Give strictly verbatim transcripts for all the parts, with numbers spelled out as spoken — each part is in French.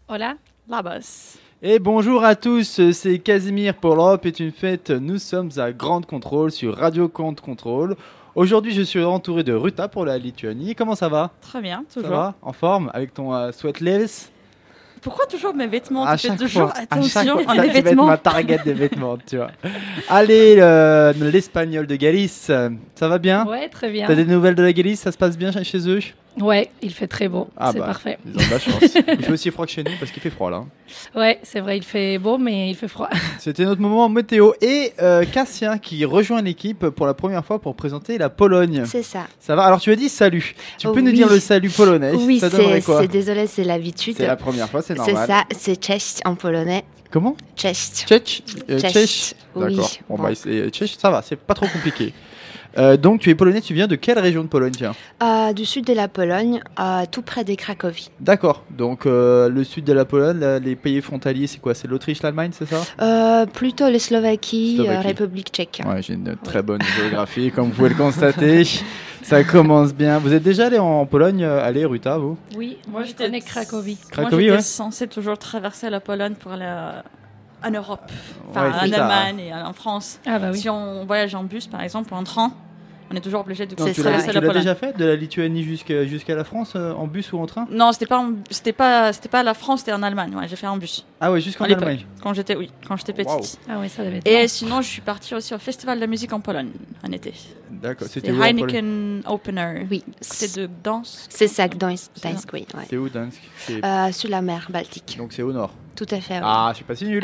Hola. Labas. Et bonjour à tous, c'est Casimir pour l'Europe est une fête. Nous sommes à Grande Contrôle sur Radio Grande Contrôle. Aujourd'hui, je suis entouré de Ruta pour la Lituanie. Comment ça va? Très bien, toujours. Ça va? En forme? Avec ton euh, sweatless? Pourquoi toujours mes vêtements? À Tu fais chaque toujours fois, attention à chaque fois, à ça, mes tu vas être vêtements. ma target des vêtements, tu vois. Allez, le- l'espagnol de Galice, ça va bien? Ouais, très bien. T'as des nouvelles de la Galice? Ça se passe bien chez eux? Ouais, il fait très beau. Ah c'est bah, parfait. Ils ont de la chance. Il fait aussi froid que chez nous parce qu'il fait froid là. Ouais, c'est vrai, il fait beau, mais il fait froid. C'était notre moment météo et euh, Cassien qui rejoint l'équipe pour la première fois pour présenter la Pologne. C'est ça. Ça va? Alors tu as dit salut. Tu Oh, peux nous oui. dire le salut polonais? Oui, Ça donnerait c'est, quoi? c'est désolé, c'est l'habitude. C'est la première fois, c'est C'est normal. ça, c'est cześć en polonais. Comment? Cześć. Tchetch euh, Cześć. Tchetch. Oui, D'accord. Bon, bon. bah, c'est- Tchetch, ça va, c'est pas trop compliqué. Euh, donc tu es polonais, tu viens de quelle région de Pologne, tiens? Euh, du sud de la Pologne, euh, tout près de Cracovie. D'accord. Donc euh, le sud de la Pologne, la- les pays frontaliers, c'est quoi? C'est l'Autriche, l'Allemagne, c'est ça? Euh, plutôt la Slovaquie, Slovaquie. euh, République tchèque. Ouais, j'ai une très bonne géographie, comme vous pouvez le constater. Ça commence bien. Vous êtes déjà allé en Pologne? euh, Allez, Ruta, vous? Oui, moi Moi, je j'étais- connais Cracovie. Cracovie, Moi, j'étais ouais. censée toujours traverser la Pologne pour aller euh, en Europe, enfin Ouais, c'est en ça. Allemagne et en France. Ah bah oui. Si on voyage en bus, par exemple, ou en train, on est toujours obligé de Non, C'est tu ça, l'as, traverser tu la l'as Pologne. déjà fait de la Lituanie jusqu'à, jusqu'à la France euh, en bus ou en train? Non, c'était pas, en- c'était pas, c'était pas la France, c'était en Allemagne. Ouais, j'ai fait en bus. Ah ouais, jusqu'en À l'époque. Allemagne. Quand j'étais, oui, quand j'étais petite. Waouh. Ah oui, ça devait être Et long. sinon, je suis partie aussi au Festival de la musique en Pologne en été. D'accord. C'était C'était où en Pologne? Heineken Opener. Oui, C'est de danse. c'est ça, Gdańsk, C'est ça. Gdańsk, oui. Ouais. C'est où Dansk? C'est- Euh, sur la mer Baltique. Donc c'est au nord. Tout à fait. oui. Ah, je suis pas si nul.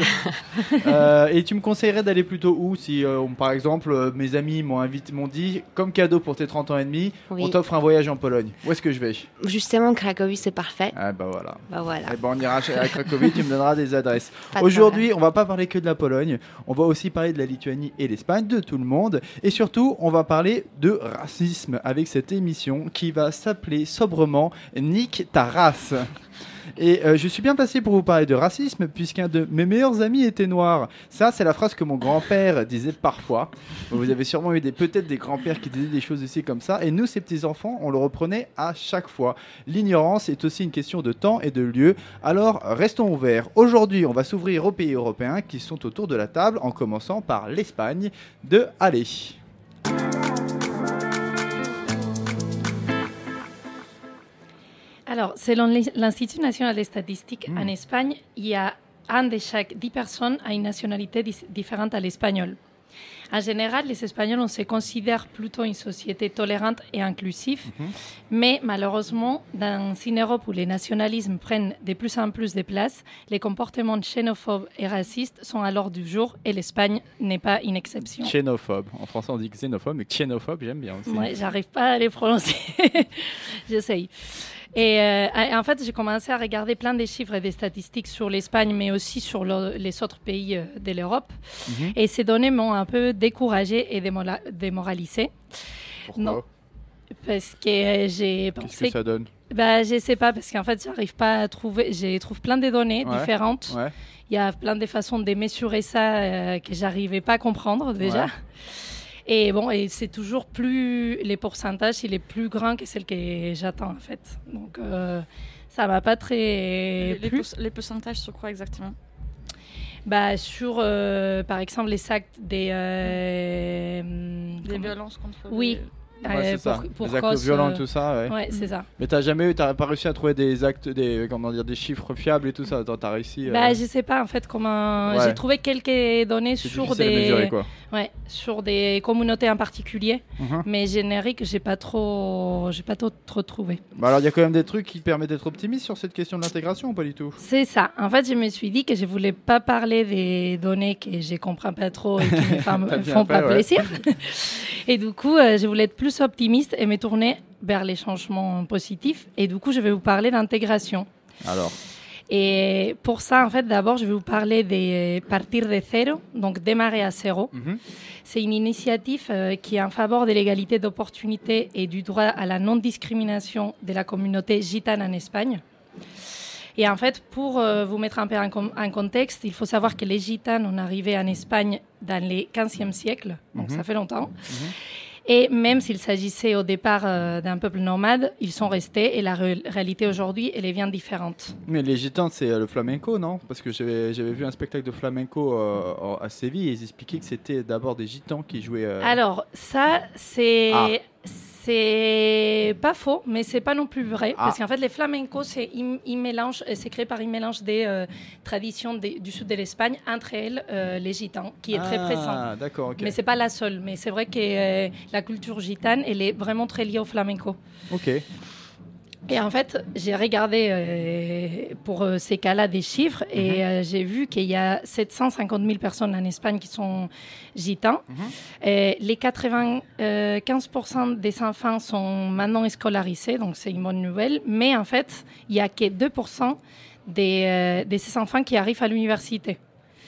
Euh, et tu me conseillerais d'aller plutôt où si, euh, on- par exemple, euh, mes amis m'ont invité, m'ont dit, comme cadeau pour tes trente ans et demi, Oui. on t'offre un voyage en Pologne. Où est-ce que je vais? Justement, Cracovie, c'est parfait. Ah bah voilà. Bah voilà. Eh ben, on ira chez- à Cracovie, tu me donneras des adresses. Pas de Aujourd'hui, on va pas parler que de la Pologne, on va aussi parler de la Lituanie et l'Espagne, de tout le monde. Et surtout, on va parler de racisme avec cette émission qui va s'appeler sobrement Nique ta race. Et euh, je suis bien placé pour vous parler de racisme puisqu'un de mes meilleurs amis était noir. Ça, c'est la phrase que mon grand-père disait parfois. Vous avez sûrement eu des, peut-être des grands-pères qui disaient des choses aussi comme ça. Et nous, ces petits-enfants, on le reprenait à chaque fois. L'ignorance est aussi une question de temps et de lieu. Alors, restons ouverts. Aujourd'hui, on va s'ouvrir aux pays européens qui sont autour de la table, en commençant par l'Espagne de Allez. Alors, selon l'I- l'Institut national des statistiques, Mm. en Espagne, il y a un de chaque dix personnes à une nationalité dis- différente à l'espagnol. En général, les Espagnols, on se considère plutôt une société tolérante et inclusive, Mhm. mais malheureusement, dans une Europe où les nationalismes prennent de plus en plus de place, les comportements xénophobes et racistes sont à l'ordre du jour et l'Espagne n'est pas une exception. Xénophobe. En français, on dit xénophobe, mais xénophobe, j'aime bien aussi. Ouais, j'arrive pas à les prononcer. J'essaye. Et euh, en fait, j'ai commencé à regarder plein de chiffres et des statistiques sur l'Espagne, mais aussi sur le- les autres pays euh, de l'Europe. Mhm. Et ces données m'ont un peu découragée et démola- démoralisée. Pourquoi? Non. Parce que euh, j'ai Qu'est-ce pensé... que ça donne? Bah, je sais pas, parce qu'en fait, j'arrive pas à trouver... Je trouve plein de données Ouais. différentes. Ouais. Il y a plein de façons de mesurer ça euh, que j'arrivais pas à comprendre déjà. Ouais. Et bon, et c'est toujours plus... Les pourcentages, il est plus grand que celle que j'attends, en fait. Donc, euh, ça m'a pas très Les, les, plu. pour- les pourcentages sur quoi exactement? Bah, sur, euh, par exemple, les actes des... euh, Des comment- violences contre Oui. les- Ouais, euh, c'est ça. pour, pour Les actes cause, violents, euh, tout ça, ouais. Ouais, c'est ça. Mais t'as jamais, t'as pas réussi à trouver des actes, des, comment dire, des chiffres fiables et tout ça. T'as t'as réussi. euh, Bah, je sais pas, en fait, comment... Ouais. J'ai trouvé quelques données c'est sur difficile à des... mesurer, quoi. Ouais, sur des communautés en particulier, Mhm. mais générique, j'ai pas trop, j'ai pas trop, trop trouvé. Bah alors, il y a quand même des trucs qui permettent d'être optimiste sur cette question de l'intégration ou pas du tout? C'est ça. En fait, je me suis dit que je voulais pas parler des données que je comprends pas trop et qui me font, T'as bien font fait, pas ouais. plaisir. Et du coup, euh, je voulais être plus optimiste et me tourner vers les changements positifs. Et du coup, je vais vous parler d'intégration. Alors, Et pour ça, en fait, d'abord, je vais vous parler de partir de zéro, donc démarrer à zéro. mhm. C'est une initiative euh, qui est en faveur de l'égalité d'opportunités et du droit à la non-discrimination de la communauté gitane en Espagne. Et en fait, pour euh, vous mettre un peu en, com- en contexte, il faut savoir que les gitanes ont arrivé en Espagne dans le quinzième siècle, donc Mhm. ça fait longtemps. Mhm. Et même s'il s'agissait au départ euh, d'un peuple nomade, ils sont restés et la ré- réalité aujourd'hui, elle est bien différente. Mais les gitans, c'est euh, le flamenco, non? Parce que j'avais, j'avais vu un spectacle de flamenco euh, à Séville et ils expliquaient que c'était d'abord des gitans qui jouaient. Euh... Alors, ça, c'est... Ah. C'est pas faux, mais c'est pas non plus vrai. Ah. Parce qu'en fait, les flamencos, c'est, ils, ils mélangent, c'est créé par un mélange des euh, traditions des- du sud de l'Espagne, entre elles, euh, les gitans, qui est très présent. Ah, d'accord, ok. Mais c'est pas la seule. Mais c'est vrai que euh, la culture gitane, elle est vraiment très liée au flamenco. Ok. Et en fait, j'ai regardé euh, pour euh, ces cas-là des chiffres et Mhm. euh, j'ai vu qu'il y a sept cent cinquante mille personnes en Espagne qui sont gitans. Mhm. Et les quatre-vingt-quinze pour cent des enfants sont maintenant scolarisés, donc c'est une bonne nouvelle. Mais en fait, il n'y a que deux pour cent des, euh, de ces enfants qui arrivent à l'université.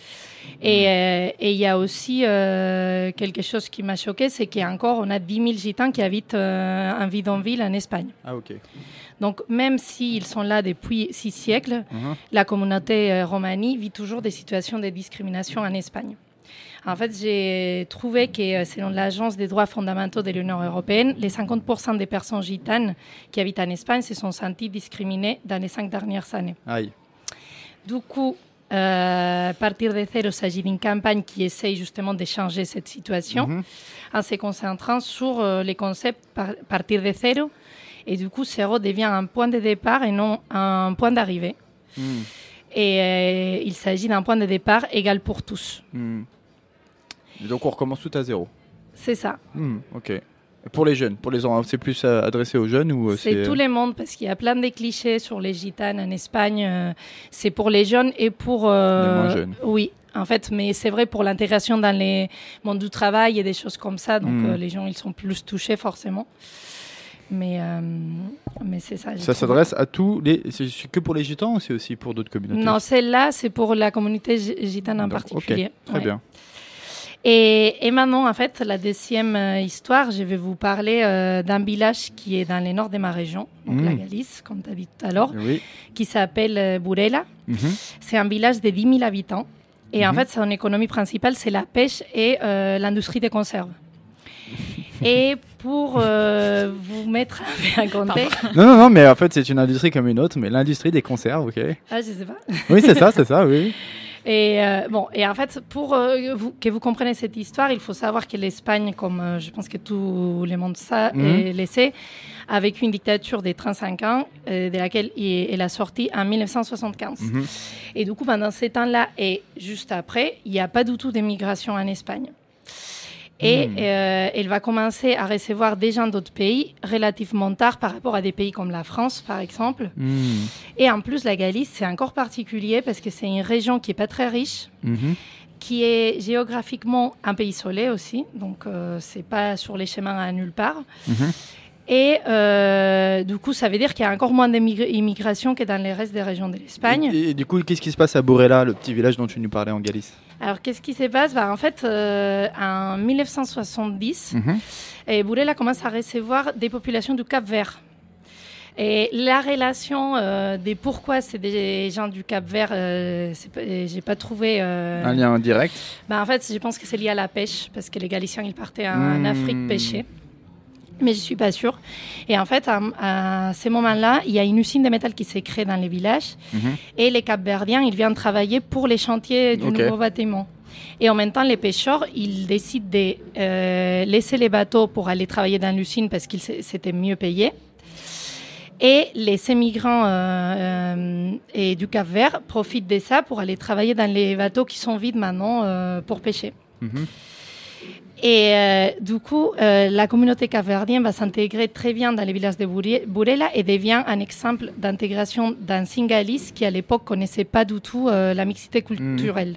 Et euh, et il y a aussi euh, quelque chose qui m'a choqué, c'est qu'encore on a dix mille gitans qui habitent euh, en bidonville en Espagne. Ah, ok. Donc même s'ils sont là depuis six siècles, Mhm. la communauté euh, romanie vit toujours des situations de discrimination en Espagne. En fait, j'ai trouvé que euh, selon l'Agence des droits fondamentaux de l'Union européenne, les cinquante pour cent des personnes gitanes qui habitent en Espagne se sont senties discriminées dans les cinq dernières années. Aïe. Du coup, euh, Partir de Zéro s'agit d'une campagne qui essaye justement de changer cette situation Mhm. en se concentrant sur euh, les concepts par, Partir de Zéro. Et du coup, Zéro devient un point de départ et non un point d'arrivée. Mhm. Et euh, il s'agit d'un point de départ égal pour tous. Mhm. Et donc on recommence tout à zéro. C'est ça. Mhm, ok. Et pour les jeunes, pour les enfants, c'est plus euh, adressé aux jeunes ou euh, C'est tout le monde parce qu'il y a plein de clichés sur les gitanes en Espagne. euh, c'est pour les jeunes et pour... euh, Les moins jeunes. Oui, en fait, mais c'est vrai pour l'intégration dans les mondes du travail et des choses comme ça. Donc Mm. euh, les gens, ils sont plus touchés forcément. Mais, euh, mais c'est ça. j'ai Ça trouvé. s'adresse à tous les. C'est c'est que pour les gitans ou c'est aussi pour d'autres communautés? Non, celle-là, c'est pour la communauté gi- gitane en Donc, ok, particulier. Très Ouais. bien. Et, et maintenant, en fait, la deuxième euh, histoire, je vais vous parler euh, d'un village qui est dans le nord de ma région, donc Mm. la Galice, comme tu as dit tout à l'heure, Oui. qui s'appelle euh, Burela. Mhm. C'est un village de dix mille habitants. Et en Mhm. fait, son économie principale, c'est la pêche et euh, l'industrie des conserves. Et pour euh, vous mettre un peu en contexte... Non, non, non, mais en fait, c'est une industrie comme une autre, mais l'industrie des conserves, ok. Ah, je sais pas. Oui, c'est ça, c'est ça, oui. Et euh, bon, et en fait, pour euh, vous, que vous compreniez cette histoire, il faut savoir que l'Espagne, comme euh, je pense que tout le monde ça, Mhm. euh, le sait, a vécu une dictature de trente-cinq ans, euh, de laquelle il- elle a sorti en mille neuf cent soixante-quinze. Mhm. Et du coup, pendant ces temps-là et juste après, il n'y a pas du tout d'immigration en Espagne. Et Mhm. euh, elle va commencer à recevoir des gens d'autres pays relativement tard par rapport à des pays comme la France, par exemple. Mhm. Et en plus, la Galice, c'est encore particulier parce que c'est une région qui n'est pas très riche, Mhm. qui est géographiquement un peu isolé aussi, donc euh, c'est pas sur les chemins à nulle part. Mhm. Et euh, du coup, ça veut dire qu'il y a encore moins d'immigration que dans les restes des régions de l'Espagne. Et, et du coup, qu'est-ce qui se passe à Burela, le petit village dont tu nous parlais en Galice? Alors, qu'est-ce qui se passe? Bah, en fait, euh, en mille neuf cent soixante-dix, Mhm. et Burela commence à recevoir des populations du Cap-Vert. Et la relation euh, des pourquoi c'est des gens du Cap-Vert, euh, c'est pas- j'ai pas trouvé. euh, Un lien direct. Bah, en fait, je pense que c'est lié à la pêche, parce que les Galiciens, ils partaient en Mmh. Afrique pêcher. Mais je suis pas sûre. Et en fait, à, à ces moments-là, il y a une usine de métal qui s'est créée dans les villages. Mhm. Et les Cap-Verdiens, ils viennent travailler pour les chantiers du Ok. nouveau bâtiment. Et en même temps, les pêcheurs, ils décident de euh, laisser les bateaux pour aller travailler dans l'usine parce qu'ils s- c'était mieux payé. Et les émigrants euh, euh, et du Cap-Vert profitent de ça pour aller travailler dans les bateaux qui sont vides maintenant euh, pour pêcher. Mhm. Et euh, du coup, euh, la communauté capverdienne va s'intégrer très bien dans les villages de Buri- Burela et devient un exemple d'intégration dans Galice qui, à l'époque, connaissait pas du tout euh, la mixité culturelle.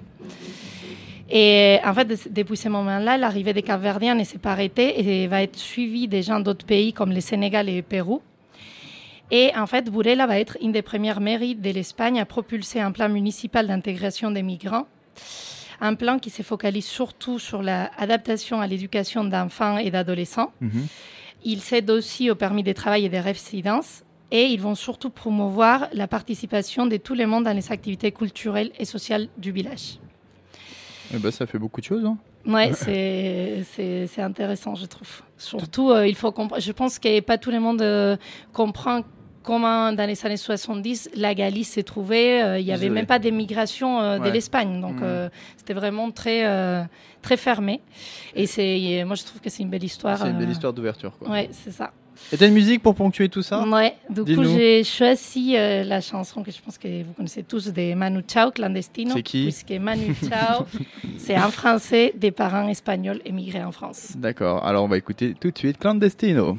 Et en fait, de- depuis ce moment-là, l'arrivée des Capverdiens ne s'est pas arrêtée et va être suivie des gens d'autres pays comme le Sénégal et le Pérou. Et en fait, Burela va être une des premières mairies de l'Espagne à propulser un plan municipal d'intégration des migrants. Un plan qui se focalise surtout sur l'adaptation à l'éducation d'enfants et d'adolescents. Mhm. Il s'aide aussi au permis de travail et des résidences. Et ils vont surtout promouvoir la participation de tout le monde dans les activités culturelles et sociales du village. Eh ben, ça fait beaucoup de choses. Hein. Ouais, c'est, c'est, c'est intéressant, je trouve. Surtout, euh, il faut compre- je pense que pas tout le monde euh, comprend comment, dans les années soixante-dix, la Galice s'est trouvée. Euh, il n'y avait Isolé. même pas d'émigration euh, Ouais. de l'Espagne. Donc, Mmh. euh, c'était vraiment très, euh, très fermé. Et c'est, et moi, je trouve que c'est une belle histoire. C'est une belle euh, histoire d'ouverture, quoi. Ouais, c'est ça. Et t'as une musique pour ponctuer tout ça? Ouais, du Dis-nous. coup, j'ai choisi euh, la chanson que je pense que vous connaissez tous de Manu Chao, Clandestino. C'est qui? Puisque Manu Chao, c'est un Français des parents espagnols émigrés en France. D'accord, alors on va écouter tout de suite Clandestino.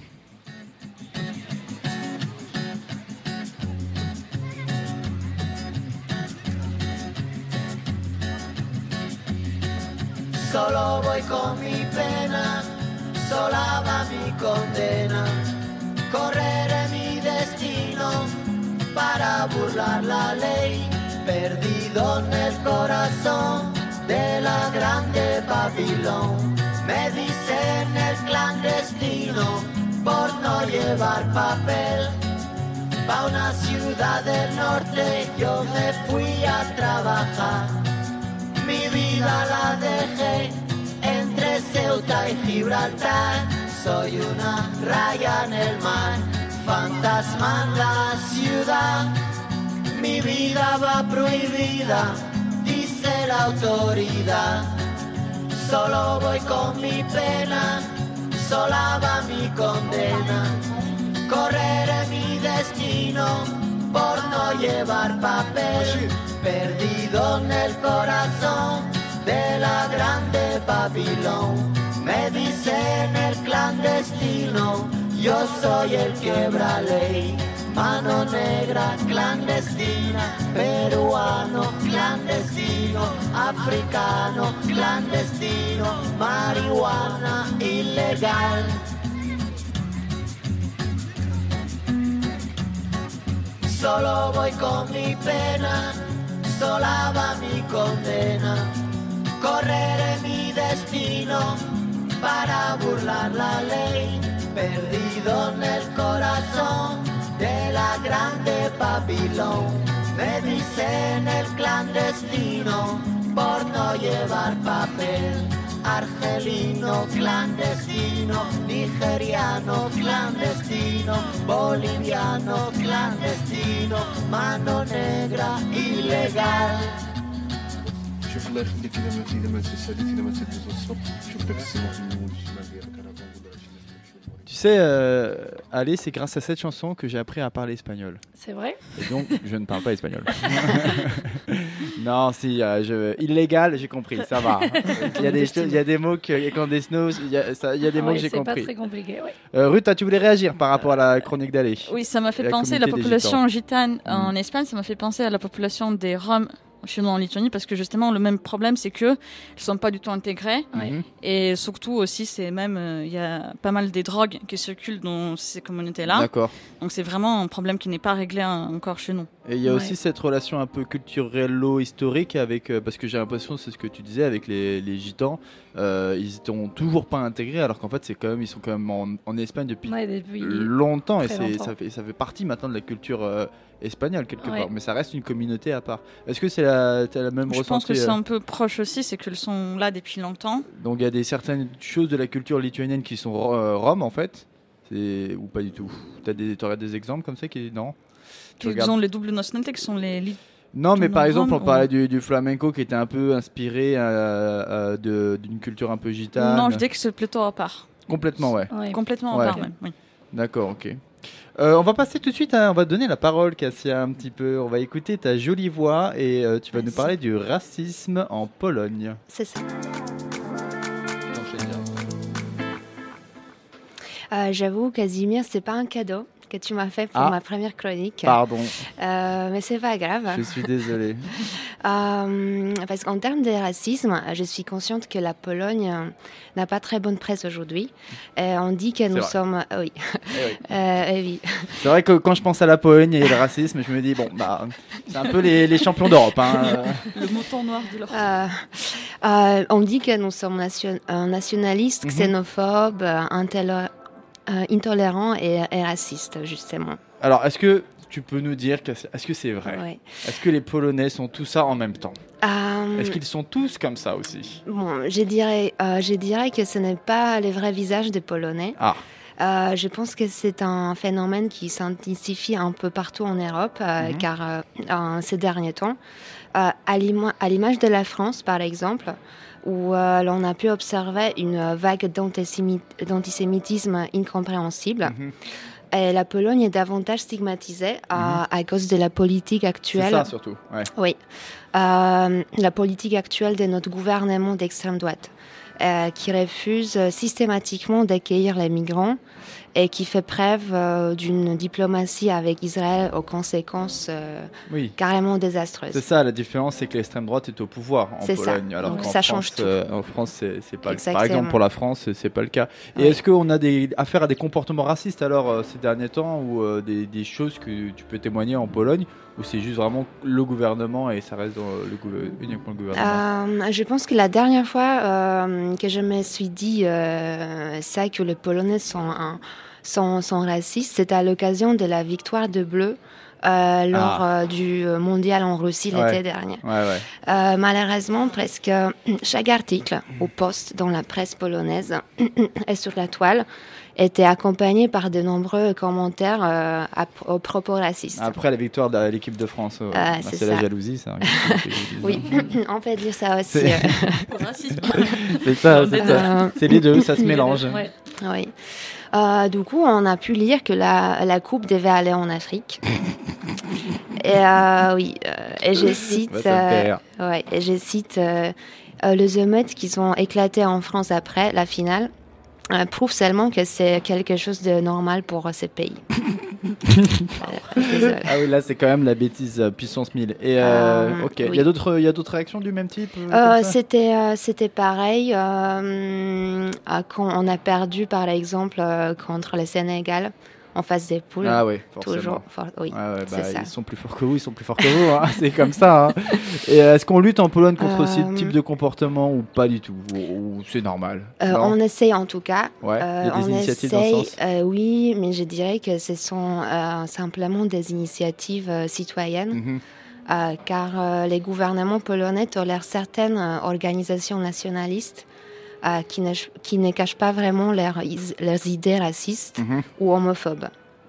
Solo voy con mi pena, sola va mi condena. Correré mi destino para burlar la ley, perdido en el corazón de la grande Babilón. Me dicen el clandestino por no llevar papel. Pa' una ciudad del norte yo me fui a trabajar. Mi vida la dejé entre Ceuta y Gibraltar. Soy una raya en el mar, fantasma en la ciudad. Mi vida va prohibida, dice la autoridad. Solo voy con mi pena, sola va mi condena. Correré mi destino por no llevar papel, perdido en el corazón de la grande Babilón. Me dicen el clandestino, yo soy el quebra ley. Mano negra clandestina, peruano clandestino, africano clandestino, marihuana ilegal. Solo voy con mi pena, sola va mi condena. Correré mi destino para burlar la ley, perdido en el corazón de la grande Babilón. Me dicen el clandestino por no llevar papel. Argelino clandestino, nigeriano clandestino, boliviano clandestino, mano negra ilegal. شوف الله يخليك اذا ما اذا ما تسالي اذا ما تدوز الصبح شوف داك السيمون الجمال ديالك انا كنقول لها Tu sais, euh, allez, c'est grâce à cette chanson que j'ai appris à parler espagnol. C'est vrai? Et donc, je ne parle pas espagnol. Non, si, euh, je... illégal, j'ai compris, ça va. Il y a des, choses- il y a des mots que, quand des snows, il y a, ça- il y a des Ah mots ouais, que j'ai c'est pas compris. très compliqué, ouais. Euh, Ruth, toi, tu voulais réagir par rapport à la chronique d'Alé? Oui, ça m'a fait La penser, la communauté des population gitane Mm. en Espagne, ça m'a fait penser à la population des Roms chez nous en Lituanie, parce que justement, le même problème, c'est qu'ils ne sont pas du tout intégrés. Ouais. Mhm. Et surtout aussi, c'est même, euh, il y a pas mal des drogues qui circulent dans ces communautés-là. D'accord. Donc c'est vraiment un problème qui n'est pas réglé hein, encore chez nous. Et il y a Ouais. aussi cette relation un peu culturello-historique avec, euh, parce que j'ai l'impression, c'est ce que tu disais, avec les, les gitans, euh, ils sont toujours pas intégrés, alors qu'en fait, c'est quand même, ils sont quand même en, en Espagne depuis Ouais, depuis... longtemps, et très c'est, longtemps. ça, fait, ça fait partie maintenant de la culture euh, espagnole quelque Ouais. part, mais ça reste une communauté à part. Est-ce que c'est la, t'as la même Je pense ressenti que c'est euh, un peu proche aussi, c'est qu'ils sont là depuis longtemps. Donc il y a des certaines choses de la culture lituanienne qui sont euh, roms en fait, c'est, ou pas du tout. T'as des, t'aurais des exemples comme ça qui non? Tu Ils regardes- ont les doubles nationalités qui sont les li- Non, mais Tout par le exemple, on monde, parlait ou- du, du flamenco qui était un peu inspiré euh, euh, de- d'une culture un peu gitane. Non, je dis que c'est plutôt à part. Complètement, ouais. Ouais. Complètement Ouais. à part même, oui. D'accord, ok. Euh, on va passer tout de suite, à- on va donner la parole, Cassia, un petit peu. On va écouter ta jolie voix et euh, tu vas nous Merci. parler du racisme en Pologne. C'est ça. Euh, J'avoue, Casimir, c'est pas un cadeau que tu m'as fait pour Ah. ma première chronique. Pardon, Euh, mais c'est pas grave. je suis désolé. Euh, parce qu'en termes de racisme, je suis consciente que la Pologne euh, n'a pas très bonne presse aujourd'hui. Euh, on dit que nous vrai. sommes... euh, oui. Eh oui. Euh, eh oui. C'est vrai que quand je pense à la Pologne et le racisme, je me dis, bon, bah, c'est un peu les, les champions d'Europe. Hein. Le mouton noir de l'Europe. Euh, euh, on dit que nous sommes nation- euh, nationalistes, Mhm. xénophobes, euh, intoler- euh, intolérants et, et racistes, justement. Alors, est-ce que tu peux nous dire, que, est-ce que c'est vrai? Ouais. Est-ce que les Polonais sont tout ça en même temps? Euh, Est-ce qu'ils sont tous comme ça aussi? Bon, je dirais, euh, je dirais que ce n'est pas le vrai visage des Polonais. Ah. Euh, je pense que c'est un phénomène qui s'intensifie un peu partout en Europe, euh, Mhm. car euh, en ces derniers temps, euh, à l'ima- à l'image de la France, par exemple, où euh, l'on a pu observer une vague d'antisémi- d'antisémitisme incompréhensible, Mhm. et la Pologne est davantage stigmatisée euh, à cause de la politique C'est actuelle. ça surtout. Ouais. Oui, Euh, la politique actuelle de notre gouvernement d'extrême droite, euh, qui refuse systématiquement d'accueillir les migrants et qui fait preuve euh, d'une diplomatie avec Israël aux conséquences euh, Oui. carrément désastreuses. C'est ça, la différence, c'est que l'extrême droite est au pouvoir en C'est ça. Pologne, alors Donc qu'en ça France, change tout. euh, en France, c'est, c'est pas le cas. Par Exactement. exemple, pour la France, c'est pas le cas. Et Oui. est-ce qu'on a des affaires à des comportements racistes alors euh, ces derniers temps, ou euh, des, des choses que tu peux témoigner en Pologne, ou c'est juste vraiment le gouvernement et ça reste dans le gouver- uniquement le gouvernement? Euh, je pense que la dernière fois euh, que je me suis dit euh, ça, que les Polonais sont, un- sont, sont racistes, c'était à l'occasion de la victoire de Bleu euh, lors Ah. euh, du mondial en Russie l'été Ouais. dernier. Ouais, ouais. Euh, malheureusement, presque chaque article au poste dans la presse polonaise et sur la toile était accompagné par de nombreux commentaires euh, à, au propos racistes. Après la victoire de l'équipe de France, euh, Ah, bah, c'est c'est la ça. jalousie, ça. Oui, on peut dire ça aussi. C'est- euh, Racisme. c'est ça, c'est ça. Euh, C'est les deux, ça se mélange. Ouais. Oui. Euh, du coup, on a pu lire que la, la coupe devait aller en Afrique. Et euh, oui, euh, et je cite, Bah, ça me fait rire. euh, ouais, et je cite euh, euh, les émeutes qui sont éclatées en France après la finale euh, prouvent seulement que c'est quelque chose de normal pour ces pays. Euh, désolée. Ah oui, là c'est quand même la bêtise euh, puissance mille. Et euh, Euh, ok, il oui. y a d'autres, il y a d'autres réactions du même type euh, Euh, comme ça c'était euh, c'était pareil euh, euh, quand on a perdu par exemple euh, contre le Sénégal en phase des poules. Ah oui, forcément. Toujours fort, oui. Ouais, ouais, bah, c'est ça. ils sont plus forts que vous, ils sont plus forts que vous, hein, c'est comme ça. Hein. Et euh, est-ce qu'on lutte en Pologne contre ce Euh, type de comportement ou pas du tout? Ou, ou c'est normal? Euh, Non on essaye en tout cas. Ouais, Euh, il y a des on initiatives dans ce essaye, sens? euh, oui, mais je dirais que ce sont euh, simplement des initiatives euh, citoyennes, Mhm. euh, car euh, les gouvernements polonais tolèrent certaines euh, organisations nationalistes euh, qui, ne, qui ne cachent pas vraiment leurs, is- leurs idées racistes Mhm. ou homophobes.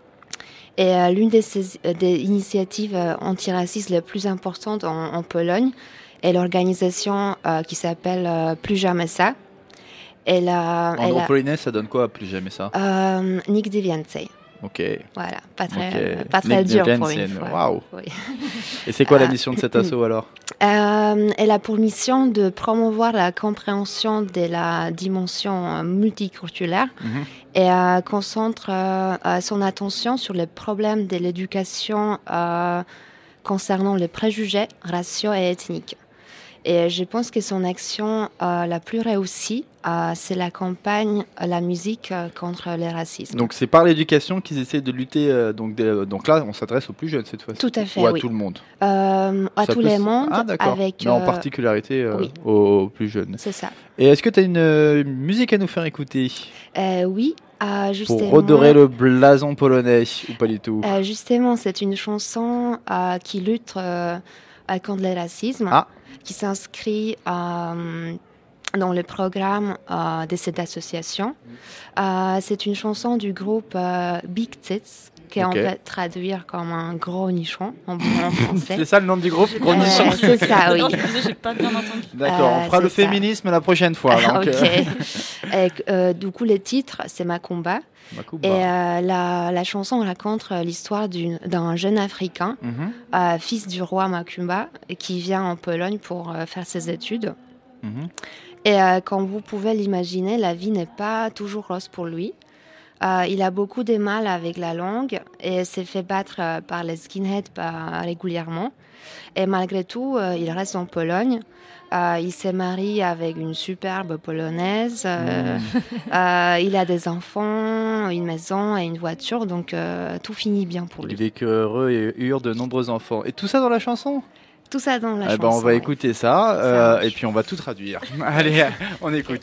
Et euh, l'une de ces euh, des initiatives euh, antiracistes les plus importantes en, en Pologne est l'organisation euh, qui s'appelle euh, Plus jamais ça. Elle a, En, elle en a- polonais, ça donne quoi? Plus jamais ça. euh, Nigdy więcej. Ok. Voilà, pas très, Ok. euh, pas très Nigdy dur pour więcej, une fois. waouh. Oui. Et c'est quoi la Ah. mission de cet assaut alors? Euh, elle a pour mission de promouvoir la compréhension de la dimension euh, multiculturelle Mhm. et euh, concentre euh, euh, son attention sur les problèmes de l'éducation euh, concernant les préjugés raciaux et ethniques. Et je pense que son action euh, la plus réussie, euh, c'est la campagne euh, La musique euh, contre le racisme. Donc c'est par l'éducation qu'ils essaient de lutter. euh, donc, des- donc là, on s'adresse aux plus jeunes cette fois-ci. Tout à fait, Ou à oui. tout le monde. Euh, à Ça tous peut les se- mondes, Ah d'accord. avec... Mais en euh, particularité euh, oui. aux plus jeunes. C'est ça. Et est-ce que tu as une euh, musique à nous faire écouter Euh, oui, euh, justement... pour redorer le blason polonais ou pas du tout? Euh, justement, c'est une chanson euh, qui lutte euh, euh, contre le racisme, Ah. qui s'inscrit euh, dans le programme euh, de cette association. Euh, c'est une chanson du groupe euh, Big Tits, qu'on Ok. peut traduire comme un gros nichon en, en français. C'est ça le nom du groupe? Gros Euh, nichon. c'est ça, oui. Non, je me disais, j'ai pas bien entendu. D'accord, on Euh, fera le c'est ça. féminisme la prochaine fois. Ah, donc, ok. euh, Et, euh, du coup, le titre, c'est Macumba. Makuba. Et euh, la, la chanson raconte euh, l'histoire d'une- d'un jeune Africain, Mhm, euh, fils du roi Macumba, qui vient en Pologne pour euh, faire ses études. mhm. Et euh, comme vous pouvez l'imaginer, la vie n'est pas toujours rose pour lui. Euh, il a beaucoup de mal avec la langue et s'est fait battre euh, par les skinheads par- régulièrement. Et malgré tout, euh, il reste en Pologne. Euh, il s'est marié avec une superbe polonaise. Euh, euh, il a des enfants, une maison et une voiture. Donc euh, tout finit bien pour Il lui. vécut heureux et eut de nombreux enfants. Et tout ça dans la chanson? Tout ça dans la Eh chanson. ben, on va ouais. écouter ça, euh, marche. et puis on va tout traduire. Allez, on écoute.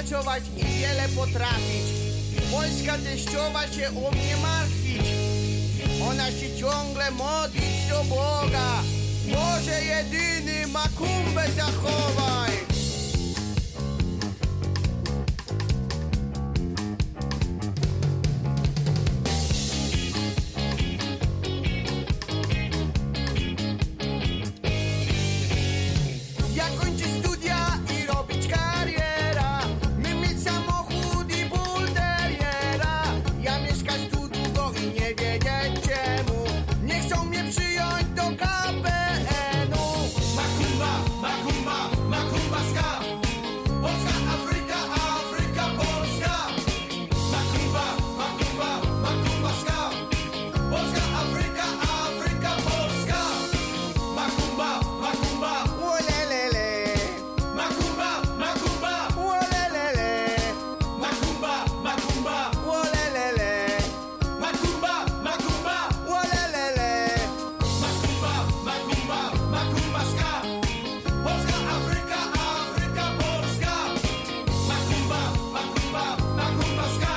pracować i wiele potrafić. Polska teściowa się o mnie martwić. Ona się ciągle modlić do Boga. Boże jedyny, Makumbę zachowaj. Ja kończę studia i robić kariera. My mieć samochód i bulteriera. Ja mieszkać tu długo i nie wiedzieć czemu. Nie chcą mnie przyjąć do K P N-u. Makumba, Makumba, Makumba ska. Polska, Afryka, Afryka, Polska. Makumba, Makumba, Makumba ska. Polska, Afryka, Afryka, Polska. Makumba, Makumba, wolelele. Makumba, Makumba, wolelele. Makumba, Makumba, wolelele. Makumba, Makumba, wolelele. Makumba, Makumba, Makumba ska. Polska, Afryka, Afryka, Polska. Makumba, Makumba, Makumba ska.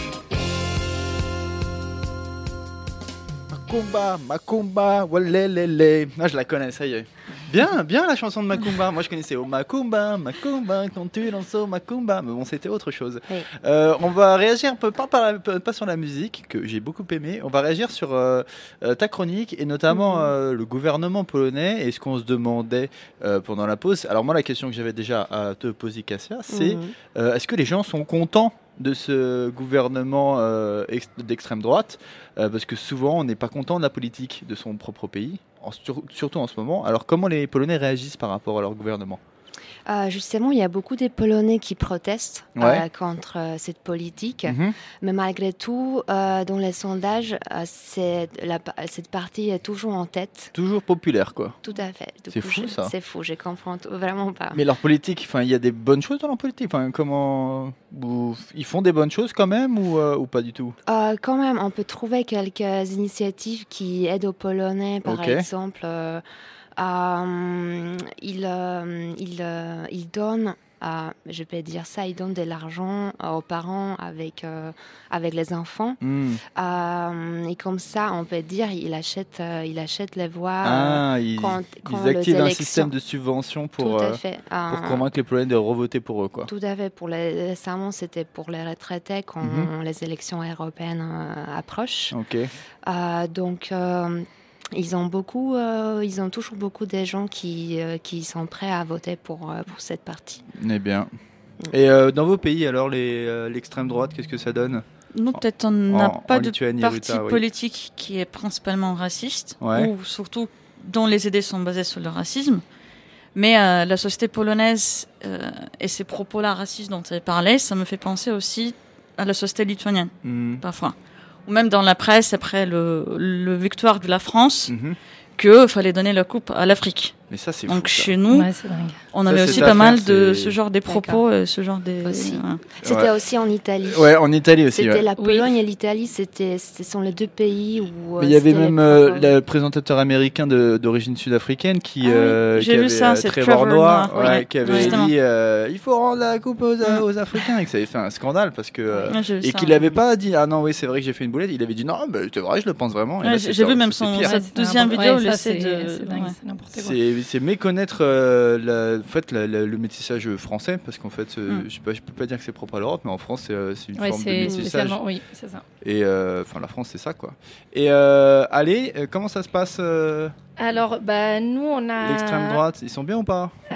Macumba, Macumba, walelele. Ah, je la connais, ça y est. Bien, bien la chanson de Macumba. Moi, je connaissais oh Macumba, Macumba, quand tu danses au Macumba. Mais bon, c'était autre chose. Oui. Euh, on va réagir un peu, pas, par la- pas sur la musique, que j'ai beaucoup aimé. On va réagir sur euh, euh, ta chronique et notamment Mhm. euh, le gouvernement polonais et ce qu'on se demandait euh, pendant la pause. Alors, moi, la question que j'avais déjà à te poser, Cassia, c'est Mhm. euh, est-ce que les gens sont contents de ce gouvernement euh, ex- d'extrême droite euh, parce que souvent on n'est pas content de la politique de son propre pays, en- sur- surtout en ce moment. Alors comment les Polonais réagissent par rapport à leur gouvernement? Euh, justement, il y a beaucoup de Polonais qui protestent Ouais. euh, contre euh, cette politique. Mhm. Mais malgré tout, euh, dans les sondages, euh, c'est la pa- cette partie est toujours en tête. Toujours populaire, quoi. Tout à fait. Du C'est coup, fou, je- ça. C'est fou, je comprends tout- vraiment pas. Mais leur politique, enfin, il y a des bonnes choses dans leur politique. Enfin, comment ou- ils font des bonnes choses quand même ou, euh, ou pas du tout? Euh, quand même, on peut trouver quelques initiatives qui aident aux Polonais, par Ok. exemple. Euh, euh, ils, euh, ils, euh, ils donnent, euh, je peux dire ça, ils donnent de l'argent euh, aux parents avec, euh, avec les enfants. Hmm. Euh, et comme ça, on peut dire, il achète, euh, il achète les voix. euh, Ah, ils, quand- quand ils les activent un élections- système de subvention tout pour, à euh, fait. pour Euh, convaincre les Polonais de revoter pour eux, quoi. Tout à fait. Pour les, récemment, c'était pour les retraités quand Mhm. les élections européennes euh, approchent. Ok. Euh, donc, euh, ils ont beaucoup, euh, ils ont toujours beaucoup de gens qui, euh, qui sont prêts à voter pour, euh, pour cette partie. Eh bien. Et euh, dans vos pays, alors, les, euh, l'extrême droite, qu'est-ce que ça donne? Nous, peut-être, on n'a en- pas en de Lituanie, parti Ruta, oui. politique qui est principalement raciste, Ouais. ou surtout dont les idées sont basées sur le racisme. Mais euh, la société polonaise euh, et ces propos-là racistes dont tu as parlé, ça me fait penser aussi à la société lituanienne, Hmm. parfois. Ou même dans la presse, après le, le victoire de la France, Mhm. qu'il fallait donner la coupe à l'Afrique. Mais ça, c'est Donc fou, ça. chez nous, Ouais, c'est dingue. on Ça, avait cette aussi affaire, pas mal de c'est- ce genre des propos, euh, ce genre des... Aussi. ouais. C'était Ouais. aussi en Italie. Ouais, en Italie aussi. C'était Ouais. la Oui. Pologne et l'Italie, c'était, ce sont les deux pays où. Mais il y avait c'était les même euh, propos- le présentateur américain de- d'origine sud-africaine qui, Ah oui, euh, j'ai qui vu avait, ça, euh, c'est Trevor Trevor Noah, Noah, ouais, oui. qui avait Justement. dit euh, il faut rendre la coupe aux, Mm. aux Africains et que ça avait fait un scandale parce que euh, Ouais, j'ai vu et ça. qu'il n'avait pas dit ah non oui c'est vrai que j'ai fait une boulette, il avait dit non bah, c'est vrai je le pense vraiment. Et Ouais, là, j'ai c'est j'ai ça, vu même c'est son- pire. sa Ouais, c'est deuxième n'importe- vidéo, ouais, le ça, c'est c'est de- c'est dingue, ouais. c'est n'importe quoi. C'est c'est méconnaître euh, la, en fait, la- la- le métissage français parce qu'en fait euh, Mm. je sais pas, je peux pas dire que c'est propre à l'Europe mais en France c'est euh, c'est une Ouais, forme de c'est métissage spécialement, oui, c'est ça. et euh, enfin la France c'est ça quoi. Et euh, allez euh, comment ça se passe euh, Alors, bah, nous, on a. l'extrême droite ils sont bien ou pas? Euh,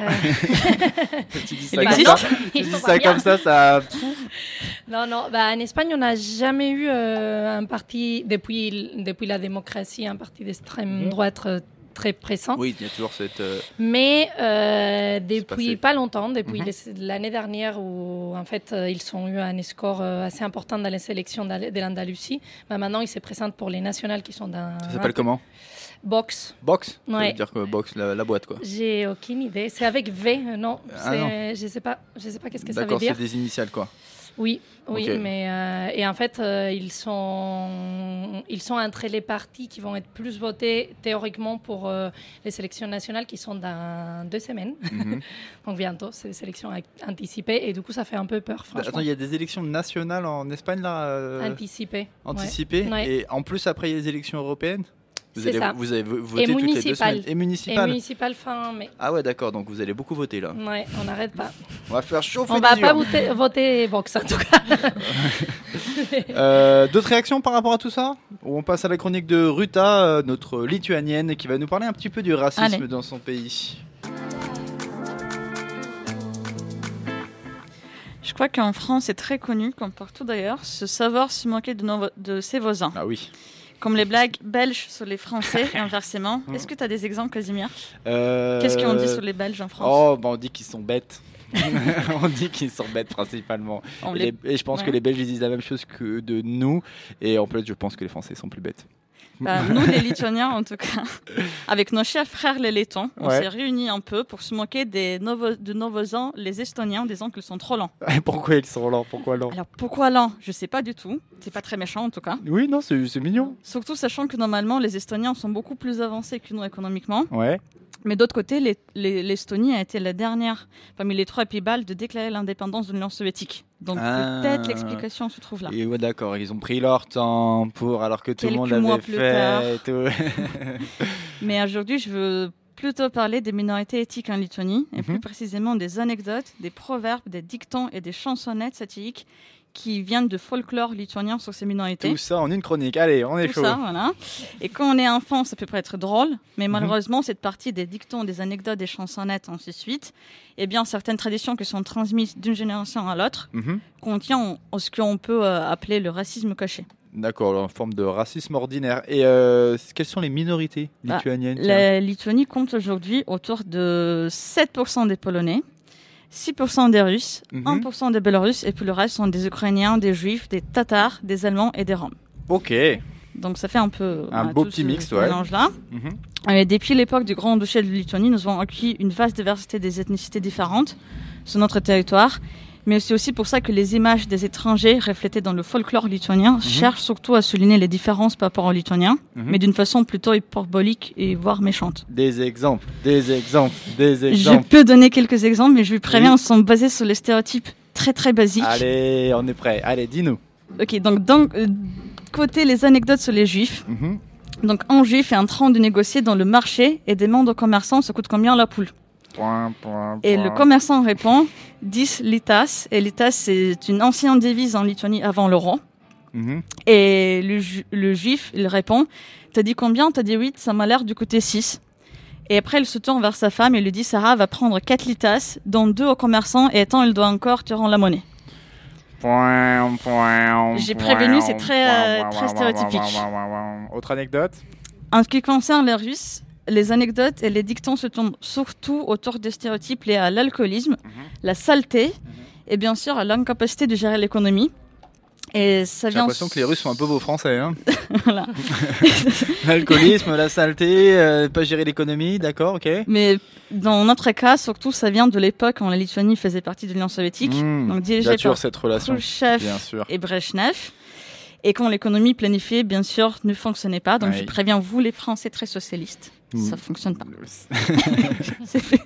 Tu dis Il ça, comme existe ça, tu Ils dis sont ça pas bien. comme ça, ça. Non, non, bah, en Espagne, on n'a jamais eu euh, un parti, depuis, depuis la démocratie, un parti d'extrême Mhm. droite euh, très pressant. Oui, il y a toujours cette. euh, Mais euh, passé. depuis pas longtemps, depuis Mhm. les- l'année dernière où en fait euh, ils ont eu un score euh, assez important dans les élections d'Al- de l'Andalousie, bah, maintenant ils se présentent pour les nationales qui sont dans Ça s'appelle comment? Box. Box. Ça Ouais. veut dire que box, la, la boîte quoi. J'ai aucune idée. C'est avec V, euh, non Ah c'est- non. Je sais pas. Je sais pas qu'est-ce que ça veut D'accord, dire. c'est des initiales quoi. Oui, oui, Ok. mais euh, et en fait, euh, ils sont ils sont entre les partis qui vont être plus votés théoriquement pour euh, les élections nationales qui sont dans deux semaines. Mhm. Donc bientôt, c'est des élections ac- anticipées et du coup, ça fait un peu peur, franchement. Attends, il y a des élections nationales en Espagne là euh, Anticipées. anticipées Ouais. Ouais. et en plus après il y a les élections européennes. Vous C'est allez, ça. vous avez vo- voté Et toutes les deux municipales. semaines. Et Et municipales. municipal fin mai. Ah ouais, d'accord, donc vous allez beaucoup voter là. Ouais, on n'arrête pas. On va faire chauffer On les va pas urnes. voter, voter Vox en tout cas. Euh, D'autres réactions par rapport à tout ça? Ou on passe à la chronique de Ruta, euh, notre lituanienne, qui va nous parler un petit peu du racisme Allez. dans son pays. Je crois qu'en France, c'est très connu, comme partout d'ailleurs, ce savoir se moquer de, nos, de ses voisins. Ah oui. Comme les blagues belges sur les Français et inversement. Est-ce que tu as des exemples, Casimir? Euh, Qu'est-ce qu'on dit sur les Belges en France? Oh, bah on dit qu'ils sont bêtes. On dit qu'ils sont bêtes principalement. On Et, les- les- et je pense Ouais. que les Belges ils disent la même chose que de nous. Et en fait, je pense que les Français sont plus bêtes. Bah, nous, les Lituaniens, en tout cas, avec nos chers frères les Lettons, on Ouais. s'est réunis un peu pour se moquer des novo- de nos voisins, les Estoniens, en disant qu'ils sont trop lents. Et pourquoi ils sont lents? Pourquoi lents? Alors, pourquoi lents? Je sais pas du tout. C'est pas très méchant, en tout cas. Oui, non, c'est c'est mignon. Surtout sachant que normalement, les Estoniens sont beaucoup plus avancés que nous économiquement. Ouais. Mais d'autre côté, les- les- l'Estonie a été la dernière parmi les trois pays baltes de déclarer l'indépendance de l'Union soviétique. Donc Ah. peut-être l'explication se trouve là. Et ouais, d'accord, ils ont pris leur temps pour, alors que tout le Quelques monde mois l'avait plus fait. tard. et tout. Mais aujourd'hui, je veux plutôt parler des minorités éthiques en Lituanie, et Mhm. plus précisément des anecdotes, des proverbes, des dictons et des chansonnettes satiriques qui viennent de folklore lituanien sur ces minorités. Tout ça en une chronique. Allez, on est Tout chaud. ça, voilà. Et quand on est enfant, ça peut être drôle, mais Mhm. malheureusement, cette partie des dictons, des anecdotes, des chansonnettes, ainsi de suite, eh bien, certaines traditions qui sont transmises d'une génération à l'autre Mhm. contient ce qu'on peut euh, appeler le racisme caché. D'accord, en forme de racisme ordinaire. Et euh, quelles sont les minorités Bah, lituaniennes tiens La Lituanie compte aujourd'hui autour de sept pour cent des Polonais, six pour cent des Russes, Mhm. un pour cent des Bélarusses, et puis le reste sont des Ukrainiens, des Juifs, des Tatars, des Allemands et des Roms. Ok. Donc ça fait un peu Un voilà, beau tout petit ce- mix, ce ouais. mélange-là. Mhm. Et depuis l'époque du Grand Duché de Lituanie, nous avons acquis une vaste diversité des ethnicités différentes sur notre territoire. Mais c'est aussi pour ça que les images des étrangers reflétées dans le folklore lituanien cherchent surtout à souligner les différences par rapport aux Lituaniens, Mhm. mais d'une façon plutôt hyperbolique et voire méchante. Des exemples, des exemples, des Je exemples. peux donner quelques exemples, mais je vous préviens, Oui. ils sont basés sur les stéréotypes très très basiques. Allez, on est prêt. Allez, dis-nous. Ok, donc d'un euh, côté les anecdotes sur les juifs. Mhm. Donc un juif est en train de négocier dans le marché et demande au commerçant ça coûte combien la poule. Point, point, Et point. le commerçant répond dix litas. Et litas, c'est une ancienne devise en Lituanie avant l'euro. Mhm. Et le, ju- le juif, il répond t'as dit combien? T'as dit huit, ça m'a l'air du côté six. Et après, il se tourne vers sa femme et lui dit Sarah va prendre quatre litas, dont deux au commerçant, et attends, il doit encore te rendre la monnaie. Point, point, J'ai point, prévenu, c'est très, euh, point, très point, stéréotypique. point, point, point, point. Autre anecdote? En ce qui concerne les Russes, les anecdotes et les dictons se tournent surtout autour des stéréotypes liés à l'alcoolisme, la saleté et bien sûr à l'incapacité de gérer l'économie. Et ça J'ai vient. l'impression que les Russes sont un peu beaux Français. Hein. Voilà. L'alcoolisme, la saleté, euh, pas gérer l'économie, d'accord, ok. Mais dans notre cas, surtout, ça vient de l'époque quand la Lituanie faisait partie de l'Union soviétique, Mmh. donc Il y dirigée a toujours par cette relation, Khrouchtchev bien sûr. et Brezhnev. Et quand l'économie planifiée, bien sûr, ne fonctionnait pas. Donc Oui. je préviens vous, les Français très socialistes, Mmh. ça fonctionne pas. C'est fait.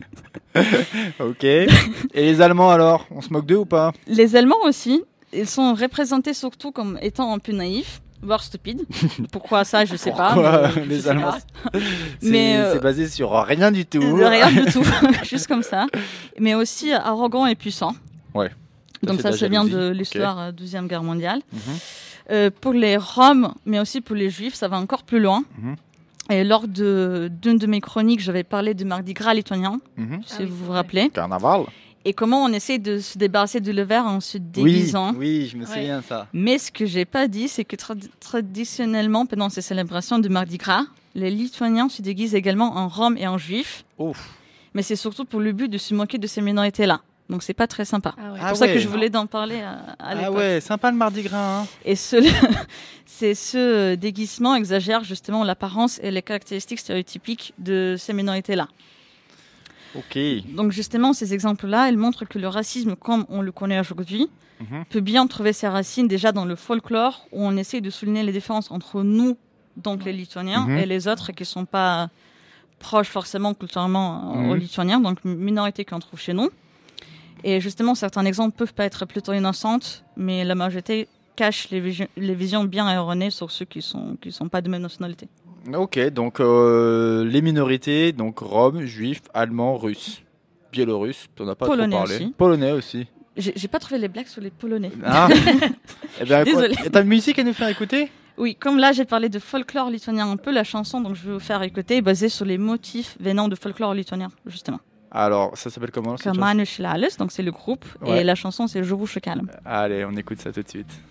Ok. Et les Allemands alors, on se moque d'eux ou pas? Les Allemands aussi, ils sont représentés surtout comme étant un peu naïfs, voire stupides. Pourquoi ça, je sais Pourquoi pas. mais je les sais Allemands pas. C'est Mais, euh, c'est basé sur rien du tout. De rien du tout, juste comme ça. Mais aussi arrogants et puissants. Ouais. Donc c'est ça, de la ça vient de jalousie. l'histoire euh, deuxième Guerre mondiale. Mhm. Euh, pour les Roms, mais aussi pour les Juifs, ça va encore plus loin. Mhm. Et lors de- d'une de, mes chroniques, j'avais parlé du Mardi Gras lituanien, Mhm. si Ah oui, vous c'est vous vrai. rappelez. Carnaval. Et comment on essaie de se débarrasser du levain en se Oui, déguisant. oui, je me Ouais. souviens de ça. Mais ce que j'ai pas dit, c'est que trad- traditionnellement, pendant ces célébrations du Mardi Gras, les Lituaniens se déguisent également en Roms et en Juifs. Ouf. Mais c'est surtout pour le but de se moquer de ces minorités-là. Donc c'est pas très sympa. Ah ouais. C'est Ah pour ça ouais. que je voulais en parler à, à Ah l'époque. ouais, sympa le Mardi Gras. Hein. Et ce, c'est ce déguisement exagère justement l'apparence et les caractéristiques stéréotypiques de ces minorités-là. Ok. Donc justement, ces exemples-là, ils montrent que le racisme, comme on le connaît aujourd'hui, Mhm. peut bien trouver ses racines déjà dans le folklore, où on essaie de souligner les différences entre nous, donc les Lituaniens, Mhm. et les autres qui ne sont pas proches forcément culturellement euh, Mhm. aux Lituaniens, donc minorités qu'on trouve chez nous. Et justement, certains exemples peuvent pas être plutôt innocents, mais la majorité cache les, visions- les visions bien erronées sur ceux qui sont qui sont pas de même nationalité. Ok, donc euh, les minorités, donc Roms, Juifs, Allemands, Russes, Biélorusses, on n'a pas Polonais trop parlé. aussi. Polonais aussi. J'ai j'ai pas trouvé les blagues sur les Polonais. Ah. Eh bien, quoi- Désolée. T'as une musique à nous faire écouter? Oui, comme là j'ai parlé de folklore lituanien un peu, la chanson donc je vais vous faire écouter est basée sur les motifs venant de folklore lituanien justement. Alors, ça s'appelle comment cette chanson? Kamanu Šilelis, donc c'est le groupe, Ouais. et la chanson c'est Je vous šakelė. Allez, on écoute ça tout de suite.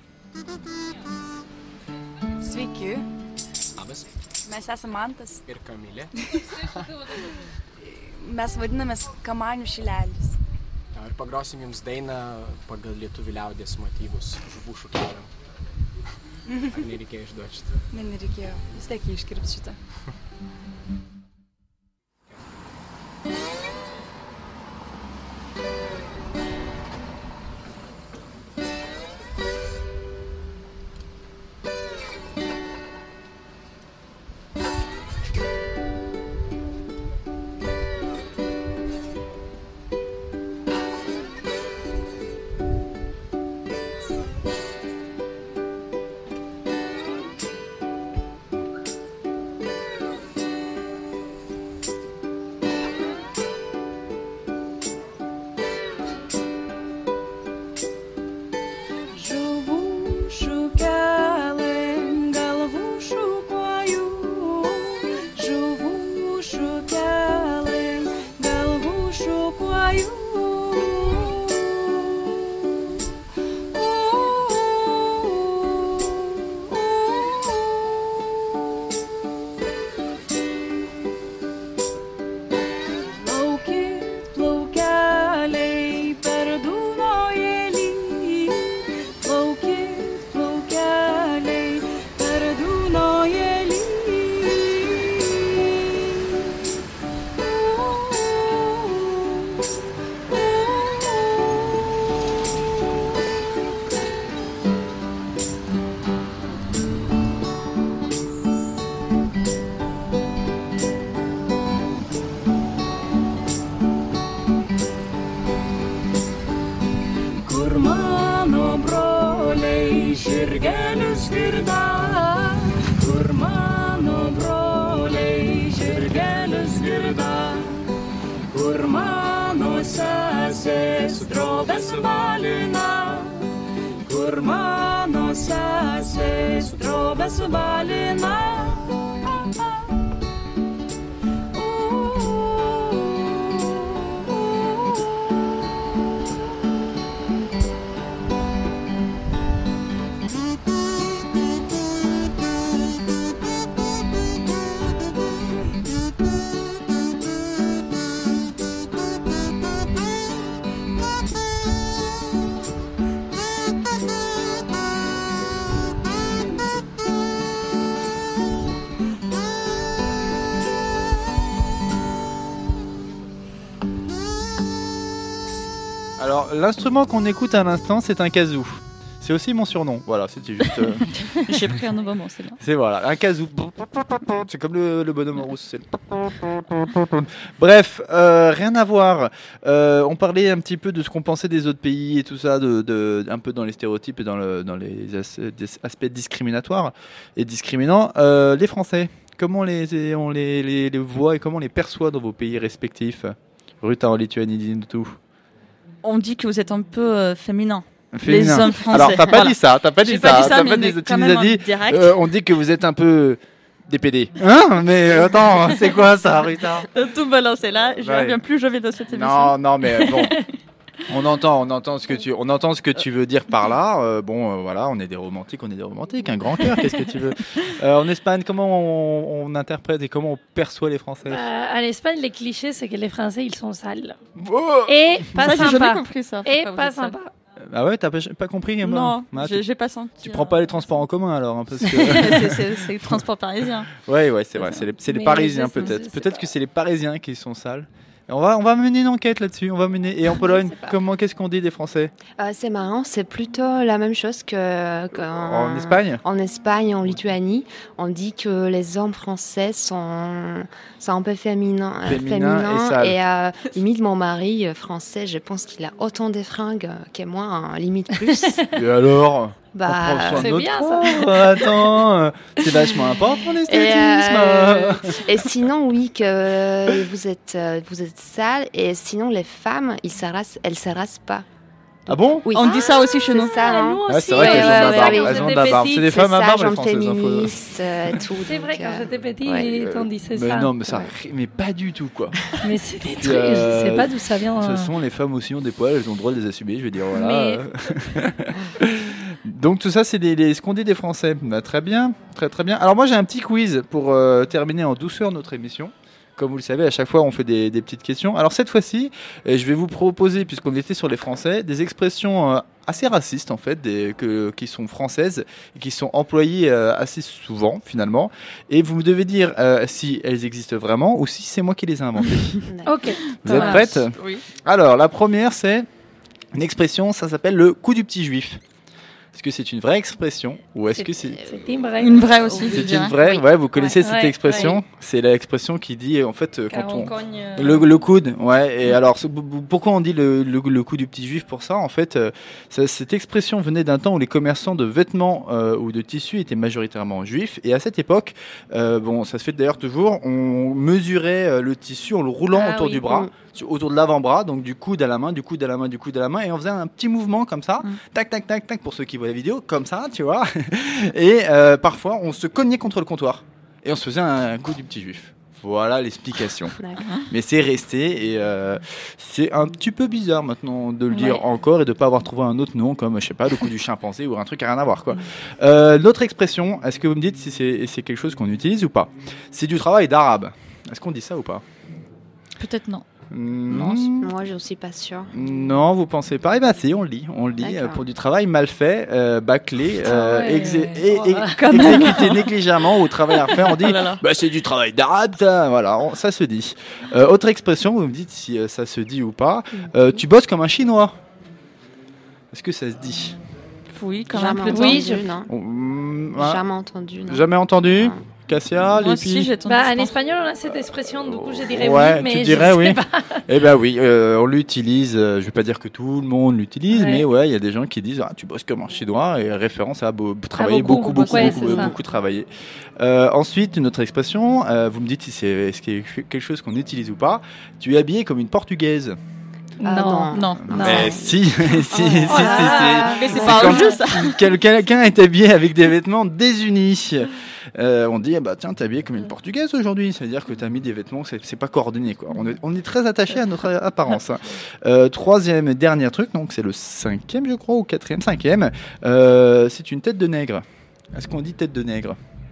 Sveiki. Mes esame Mantas. Ir Kamilė. Mes vadinamės Kamanių Šilelis. Ir pagrosim jums dainą pagal lietuvių liaudies motyvus žuvų šukelėm. Ar nereikėjo išduoti šitą? Ne, nereikėjo. Vis tiek jį iškirps šitą. Žuvų šukelėm galvų šukuoju. Žuvų šukelėm galvų šukuoju. Plaukit, plaukeliai per Dunojėlį. Plaukit, plaukeliai per Dunojėlį. Kur mano broliai žirgelius girda, kur mano broliai žirgelius girda, kur mano sesės drobės balina, kur mano sesės drobės balina. Alors, l'instrument qu'on écoute à l'instant, c'est un kazoo. C'est aussi mon surnom. Voilà, c'était juste. euh, J'ai pris un nouveau mot, c'est là. C'est voilà, un kazoo. C'est comme le, le bonhomme en rousse. c'est le- Bref, euh, rien à voir. Euh, on parlait un petit peu de ce qu'on pensait des autres pays et tout ça, de, de- un peu dans les stéréotypes et dans, le, dans les as- des aspects discriminatoires et discriminants. Euh, les Français, comment les, on les, les, les voit et comment on les perçoit dans vos pays respectifs? Ruta en Lituanie, dis-nous tout. On dit que vous êtes un peu euh, féminin. Féminin. Les hommes français. Alors, t'as pas Voilà. dit ça, t'as pas dit J'ai ça. pas dit ça, t'as mais, pas mais dit- tu quand nous même as en dit, direct. euh, on dit que vous êtes un peu des P D. Hein? Mais euh, attends, c'est quoi ça, Rita? T'as tout balancé là, je Ouais. reviens plus jamais dans cette émission. Non, non, mais bon. On entend, on entend ce que tu, on entend ce que tu veux dire par là. Euh, bon, euh, voilà, on est des romantiques, on est des romantiques, un grand cœur. Qu'est-ce que tu veux? Euh, en Espagne, comment on, on interprète et comment on perçoit les Français? Euh, en Espagne, les clichés, c'est que les Français, ils sont sales. Oh Et pas Ça, j'ai jamais sympas. compris ça. Et Pourquoi vous pas êtes sale. sympa. Ah ouais, t'as pas, pas compris? Emma Non, Ah, j'ai tu, j'ai pas senti. tu prends pas les transports en commun alors, hein, parce que. c'est, c'est, c'est le transport parisien. Ouais, ouais, c'est vrai. C'est les, c'est les Mais Parisiens je sais- peut-être. je sais Peut-être pas. que c'est les Parisiens qui sont sales. On va, on va mener une enquête là-dessus. On va mener. Et en Pologne, comment, qu'est-ce qu'on dit des Français? Euh, c'est marrant, c'est plutôt la même chose que qu'en En Espagne. En Espagne, en Lituanie, on dit que les hommes français sont, sont un peu féminins, euh, Féminin féminins et sales. et euh, limite mon mari euh, français, je pense qu'il a autant de fringues euh, que moi, hein, limite plus. Et alors? Bah, On prend soin de c'est notre bien, corps. Attends, euh, c'est vachement important Et, l'esthétisme. euh, et sinon, oui, que vous êtes, euh, vous êtes sale. Et sinon, les femmes, ils se rassent, elles se rassent pas. Ah bon? Oui. On dit ça aussi chez C'est nous. ça, hein. nous Ouais, aussi. c'est vrai Ouais, qu'elles ont de ouais, la ouais, barbe. ouais, Elles ont de j'étais la barbe. C'est petite, des femmes à ça, barbe, les genre françaises. hein, faut- féministe, euh, tout. C'est vrai, donc, quand euh, j'étais petite, ouais. ils t'ont dit c'est Mais ça. non, mais ça, Ouais. mais pas du tout quoi. Mais c'est des trucs, Euh, je sais pas d'où ça vient. De toute hein. façon, les femmes aussi ont des poils, elles ont le droit de les assumer. Je veux dire, voilà. Mais- Donc tout ça, c'est des, les- ce qu'on dit des Français. Bah, très bien, très très bien. Alors moi, j'ai un petit quiz pour euh, terminer en douceur notre émission. Comme vous le savez, à chaque fois, on fait des, des petites questions. Alors cette fois-ci, euh, je vais vous proposer, puisqu'on était sur les Français, des expressions euh, assez racistes en fait, des, que, qui sont françaises et qui sont employées euh, assez souvent finalement. Et vous me devez dire euh, si elles existent vraiment ou si c'est moi qui les ai inventées. Ok. Vous êtes Voilà. prêtes? Oui. Alors, la première, c'est une expression, ça s'appelle le coup du petit juif. Est-ce que c'est une vraie expression ou est-ce que c'est... C'est une vraie. Une vraie aussi, je C'est dirais. une vraie, Oui. ouais, vous connaissez Ouais. cette Ouais, expression. ouais. C'est l'expression qui dit, en fait, euh, Car quand on on... cogne, euh, Le, le coude, ouais. Et alors, ce- pourquoi on dit le, le, le coup du petit juif pour ça? En fait, euh, ça- cette expression venait d'un temps où les commerçants de vêtements euh, ou de tissus étaient majoritairement juifs. Et à cette époque, euh, bon, ça se fait d'ailleurs toujours, on mesurait euh, le tissu en le roulant Ah autour oui. du bras, Mm. sur- autour de l'avant-bras, donc du coude à la main, du coude à la main, du coude à la main, et on faisait un petit mouvement comme ça, Mm. tac, tac, tac, tac, pour ceux qui voient la vidéo, comme ça, tu vois. Et euh, parfois, on se cognait contre le comptoir et on se faisait un coup du petit juif. Voilà l'explication. D'accord. Mais c'est resté et euh, c'est un petit peu bizarre maintenant de le dire Ouais. encore et de pas avoir trouvé un autre nom comme, je sais pas, le coup du chimpanzé ou un truc à rien à voir, quoi. Euh, L'autre expression, est-ce que vous me dites si c'est c'est quelque chose qu'on utilise ou pas? C'est du travail d'arabe. Est-ce qu'on dit ça ou pas? Peut-être non. Non, Moi, je ne suis pas sûre. non, vous pensez pas? Eh ben si, on le lit, on le lit euh, D'accord. pour du travail mal fait, euh, bâclé, euh, Ah ouais. exé- et- et- Oh. Quand même. exécuté négligemment ou travail à refaire. On dit, Oh là là. bah, c'est du travail d'arabe, ça. Voilà, on- ça se dit. Euh, autre expression, vous me dites si euh, ça se dit ou pas. Euh, tu bosses comme un Chinois. Est-ce que ça se dit? Oui, quand même. Jamais plutôt. entendu, Oui, je- non. On- mm, ah, Jamais entendu, non. Jamais entendu? Non. Cassia, Moi les aussi, filles? j'ai entendu. Bah, je en pense. espagnol, on a cette expression, du coup, je dirais Ouais, oui, mais tu je dirais sais oui. pas. Eh ben oui, euh, on l'utilise. euh, je vais pas dire que tout le monde l'utilise, Ouais. mais ouais, il y a des gens qui disent ah, tu bosses comme un chinois et référence à beau- travailler beaucoup, beaucoup, beaucoup, ouais, beaucoup, c'est euh, ça. beaucoup travailler. Euh, ensuite, une autre expression. euh, vous me dites si c'est est-ce qu'il y a quelque chose qu'on utilise ou pas. Tu es habillé comme une portugaise. Ah, non. Non. Non. Mais si, si, si, si, si, Oh là là. Mais c'est C'est pas quand- un jeu, ça. Quel- Quelqu'un est habillé avec des vêtements désunis. Euh, on dit ah bah tiens t'es habillé comme une portugaise aujourd'hui, ça veut dire que t'as mis des vêtements, c'est c'est pas coordonné quoi. On est, on est très attaché à notre apparence. hein. Euh, troisième et dernier truc, donc c'est le cinquième je crois ou quatrième, cinquième. Euh, c'est une tête de nègre. Est-ce qu'on dit tête de nègre?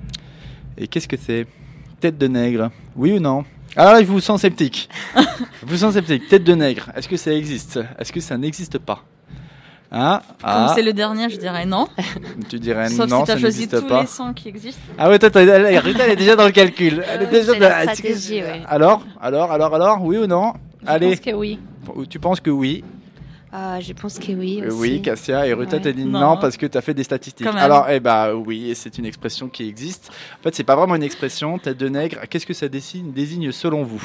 Et qu'est-ce que c'est? Tête de nègre, oui ou non? Alors là, je vous sens sceptique. Je vous sens sceptique. Tête de nègre, est-ce que ça existe? Est-ce que ça n'existe pas? Ah, Comme ah, c'est le dernier, je dirais non. tu dirais Sauf non, si tu ça as choisi n'existe tous pas. les sons qui existent. Ah ouais, toi, t'as- elle- Rita, elle est déjà dans le calcul. Elle est Ouais, déjà c'est dans- la Ah, stratégie, ouais. Alors, alors, alors, alors, oui ou non? Je Allez, pense que oui. tu penses que oui? Euh, je pense que oui Euh, aussi. Oui, Cassia et Ruta Ouais. t'a dit non, Non. parce que tu as fait des statistiques. Quand même. Alors, eh bah oui, c'est une expression qui existe. En fait, c'est pas vraiment une expression, tête de nègre. Qu'est-ce que ça désigne, désigne selon vous?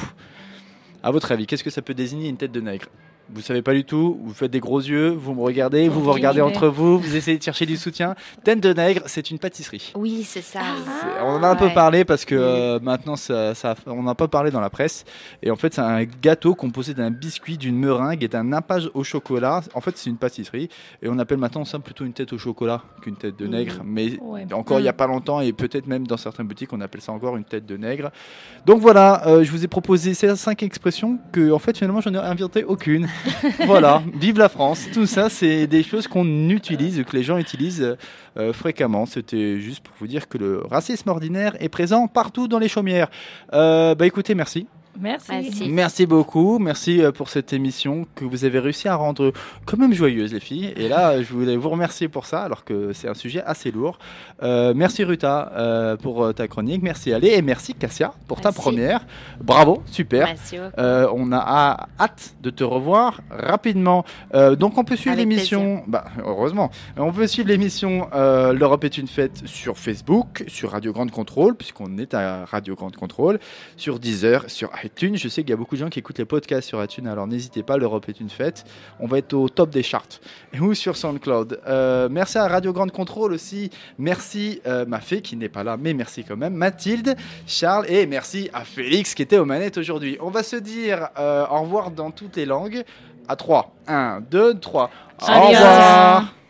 À votre avis, qu'est-ce que ça peut désigner une tête de nègre? Vous savez pas du tout, vous faites des gros yeux, vous me regardez, vous vous Aucune regardez idée. entre vous, vous essayez de chercher du soutien. Tête de nègre, c'est une pâtisserie. Oui, c'est ça. oui. C'est- On en a un peu Ouais. parlé parce que euh, maintenant ça, ça- on n'a pas parlé dans la presse. Et en fait, c'est un gâteau composé d'un biscuit, d'une meringue et d'un nappage au chocolat. En fait, c'est une pâtisserie. Et on appelle maintenant ça plutôt une tête au chocolat qu'une tête de nègre. Mais Ouais. encore il n'y a pas longtemps, et peut-être même dans certaines boutiques, on appelle ça encore une tête de nègre. Donc voilà, euh, je vous ai proposé ces cinq expressions que, en fait, finalement, j'en ai inventé aucune. Voilà, vive la France. Tout ça, c'est des choses qu'on utilise, que les gens utilisent euh, fréquemment. C'était juste pour vous dire que le racisme ordinaire est présent partout dans les chaumières. Euh, bah écoutez, merci. Merci. Merci. Merci beaucoup, merci euh, pour cette émission que vous avez réussi à rendre quand même joyeuse les filles. Et là, je voulais vous remercier pour ça, alors que c'est un sujet assez lourd. Euh, merci Ruta euh, pour euh, ta chronique, merci Ale et merci Cassia pour ta Merci. première. Bravo, super. Merci beaucoup. Euh, on a hâ- hâte de te revoir rapidement. Euh, donc on peut suivre Avec l'émission, bah, heureusement, on peut suivre l'émission euh, L'Europe est une fête sur Facebook, sur Radio Grande Contrôle, puisqu'on est à Radio Grande Contrôle, sur Deezer, sur iTunes. Je sais qu'il y a beaucoup de gens qui écoutent les podcasts sur iTunes, alors n'hésitez pas, l'Europe est une fête. On va être au top des charts. Ou sur SoundCloud. Euh, merci à Radio Grande Contrôle aussi. Merci euh, ma fée qui n'est pas là, mais merci quand même. Mathilde, Charles et merci à Félix qui était aux manettes aujourd'hui. On va se dire euh, au revoir dans toutes les langues. À trois. un, deux, trois. Au Adios. revoir.